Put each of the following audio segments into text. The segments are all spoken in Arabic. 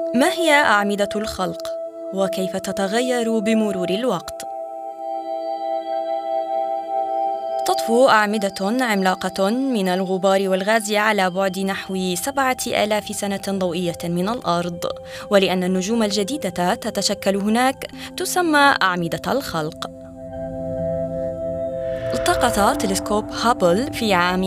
ما هي أعمدة الخلق؟ وكيف تتغير بمرور الوقت؟ تطفو أعمدة عملاقة من الغبار والغاز على بعد نحو 7000 سنة ضوئية من الأرض، ولأن النجوم الجديدة تتشكل هناك تسمى أعمدة الخلق. التقط تلسكوب هابل في عام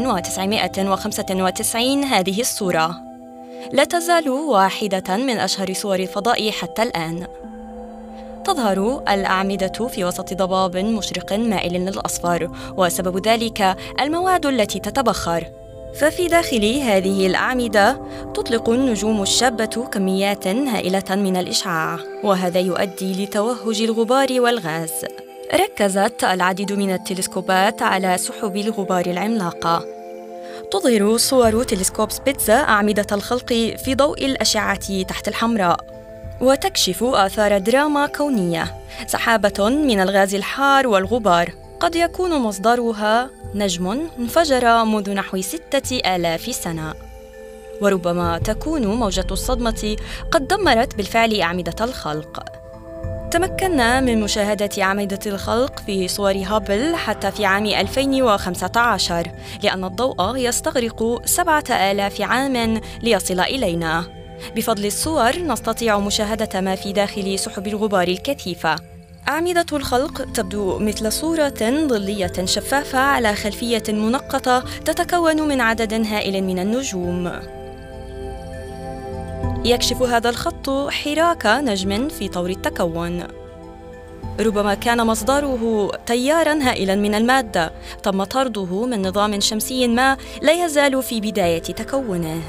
1995 هذه الصورة. لا تزال واحدة من أشهر صور الفضاء حتى الآن. تظهر الأعمدة في وسط ضباب مشرق مائل للأصفر، وسبب ذلك المواد التي تتبخر. ففي داخل هذه الأعمدة تطلق النجوم الشابة كميات هائلة من الإشعاع، وهذا يؤدي لتوهج الغبار والغاز. ركزت العديد من التلسكوبات على سحب الغبار العملاقة. تظهر صور تلسكوب سبيتزا أعمدة الخلق في ضوء الأشعة تحت الحمراء، وتكشف آثار دراما كونية، سحابة من الغاز الحار والغبار قد يكون مصدرها نجم انفجر منذ نحو 6000 سنة. وربما تكون موجة الصدمة قد دمرت بالفعل أعمدة الخلق. تمكنا من مشاهدة أعمدة الخلق في صور هابل حتى في عام 2015، لأن الضوء يستغرق 7000 عام ليصل إلينا. بفضل الصور نستطيع مشاهدة ما في داخل سحب الغبار الكثيفة. أعمدة الخلق تبدو مثل صورة ظلية شفافة على خلفية منقطة تتكون من عدد هائل من النجوم. يكشف هذا الخط حراك نجم في طور التكون. ربما كان مصدره تياراً هائلاً من المادة تم طرده من نظام شمسي ما لا يزال في بداية تكونه.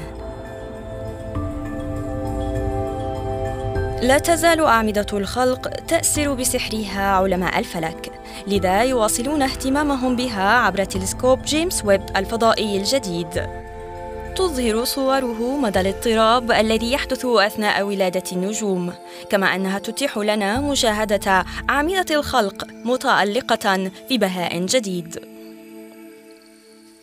لا تزال أعمدة الخلق تأثر بسحرها علماء الفلك، لذا يواصلون اهتمامهم بها عبر تلسكوب جيمس ويب الفضائي الجديد. تظهر صوره مدى الاضطراب الذي يحدث أثناء ولادة النجوم، كما أنها تتيح لنا مشاهدة أعمدة الخلق متألقة في بهاء جديد.